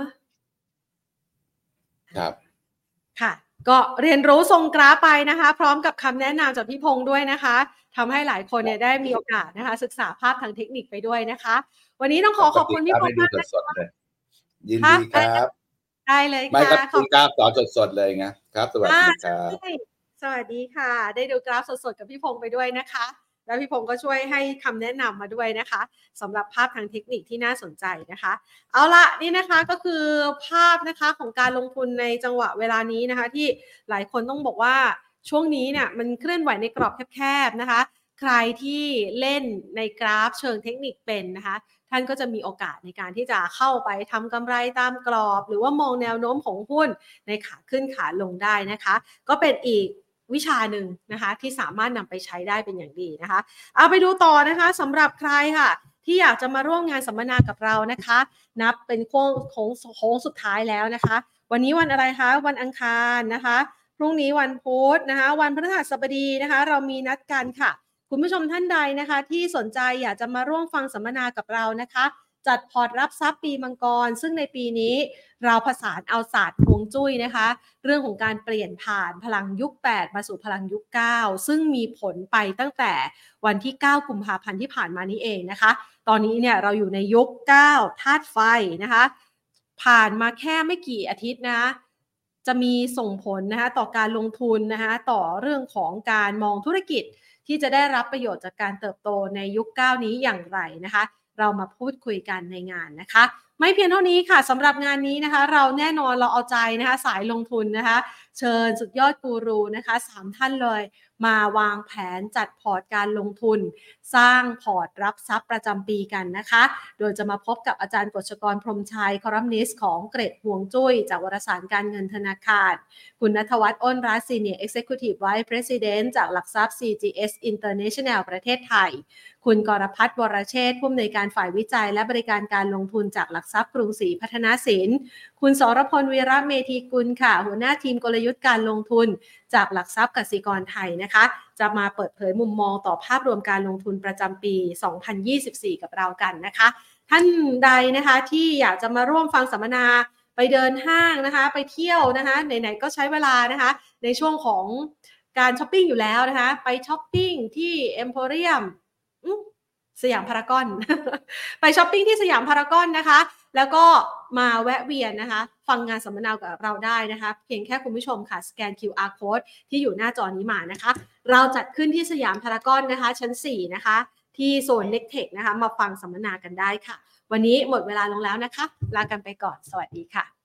ครับค่ะก็เรียนรู้ทรงกราฟไปนะคะพร้อมกับคำแนะนำจากพี่พงษ์ด้วยนะคะทำให้หลายคนเนี่ยได้มีโอกาสนะคะศึกษาภาพทางเทคนิคไปด้วยนะคะวันนี้ต้องขอขอบคุณพี่พงษ์มากเลยยินดีครับได้เลยค่ะไม่ครับคุณกราฟสอนสดๆเลยนะครับสวัสดีครับสวัสดีค่ะได้ดูกราฟสดๆกับพี่พงษ์ไปด้วยนะคะแล้วพี่พงษ์ก็ช่วยให้คำแนะนำมาด้วยนะคะสำหรับภาพทางเทคนิคที่น่าสนใจนะคะเอาละนี่นะคะก็คือภาพนะคะของการลงทุนในจังหวะเวลานี้นะคะที่หลายคนต้องบอกว่าช่วงนี้เนี่ยมันเคลื่อนไหวในกรอบแคบๆนะคะใครที่เล่นในกราฟเชิงเทคนิคเป็นนะคะท่านก็จะมีโอกาสในการที่จะเข้าไปทำกำไรตามกรอบหรือว่ามองแนวโน้มของหุ้นในขาขึ้นขาลงได้นะคะก็เป็นอีกวิชาหนึ่งนะคะที่สามารถนำไปใช้ได้เป็นอย่างดีนะคะเอาไปดูต่อนะคะสำหรับใครค่ะที่อยากจะมาร่วมงานสัมมนากับเรานะคะนับเป็นโค้งโค้งโค้งสุดท้ายแล้วนะคะวันนี้วันอะไรคะวันอังคารนะคะพรุ่งนี้วันพุธนะคะวันพฤหัสบดีนะคะเรามีนัดกันค่ะคุณผู้ชมท่านใดนะคะที่สนใจอยากจะมาร่วมฟังสัมมนากับเรานะคะจัดพอร์ตรับทรัพย์ปีมังกรซึ่งในปีนี้เราผสานเอาศาสตร์ฮวงจุ้ยนะคะเรื่องของการเปลี่ยนผ่านพลังยุคแปดมาสู่พลังยุคเก้าซึ่งมีผลไปตั้งแต่วันที่เก้ากุมภาพันธ์ที่ผ่านมานี้เองนะคะตอนนี้เนี่ยเราอยู่ในยุคเก้าธาตุไฟนะคะผ่านมาแค่ไม่กี่อาทิตย์นะจะมีส่งผลนะคะต่อการลงทุนนะคะต่อเรื่องของการมองธุรกิจที่จะได้รับประโยชน์จากการเติบโตในยุคเก้านี้อย่างไรนะคะเรามาพูดคุยกันในงานนะคะไม่เพียงเท่านี้ค่ะสำหรับงานนี้นะคะเราแน่นอนเราเอาใจนะคะสายลงทุนนะคะเชิญสุดยอดกูรูนะคะสามท่านเลยมาวางแผนจัดพอร์ตการลงทุนสร้างพอร์ตรับทรัพย์ประจำปีกันนะคะโดยจะมาพบกับอาจารย์กฤษกรพรหมชัยคอลัมนิสต์ของเกรดห่วงจุ้ยจากวารสารการเงินธนาคารคุณณัฐวัฒน์อ้นรัตน์ Senior Executive Vice President จากหลักทรัพย์ ซี จี เอส International ประเทศไทยคุณกรพัฒน์วรเชษฐ์ผู้อำนวยการฝ่ายวิจัยและบริการการลงทุนจากหลักทรัพย์กรุงศรีพัฒนาสินคุณสรพลวีระเมธีกุลค่ะหัวหน้าทีมกลยุทธ์การลงทุนจากหลักทรัพย์กสิกรไทยนะคะจะมาเปิดเผยมุมมองต่อภาพรวมการลงทุนประจำปีสองพันยี่สิบสี่กับเรากันนะคะท่านใดนะคะที่อยากจะมาร่วมฟังสัมมนาไปเดินห้างนะคะไปเที่ยวนะคะไหนๆก็ใช้เวลานะคะในช่วงของการช้อปปิ้งอยู่แล้วนะคะไปช้อปปิ้งที่เอ็มโพเรียมสยามพารากอนไปช้อปปิ้งที่สยามพารากอนนะคะแล้วก็มาแวะเวียนนะคะฟังงานสัมมนากับเราได้นะคะเพียงแค่คุณผู้ชมค่ะสแกน คิว อาร์ Code ที่อยู่หน้าจอนี้มานะคะเราจัดขึ้นที่สยามพารากอนนะคะชั้นสี่นะคะที่โซน Nectech นะคะมาฟังสัมมนากันได้ค่ะวันนี้หมดเวลาลงแล้วนะคะลากันไปก่อนสวัสดีค่ะ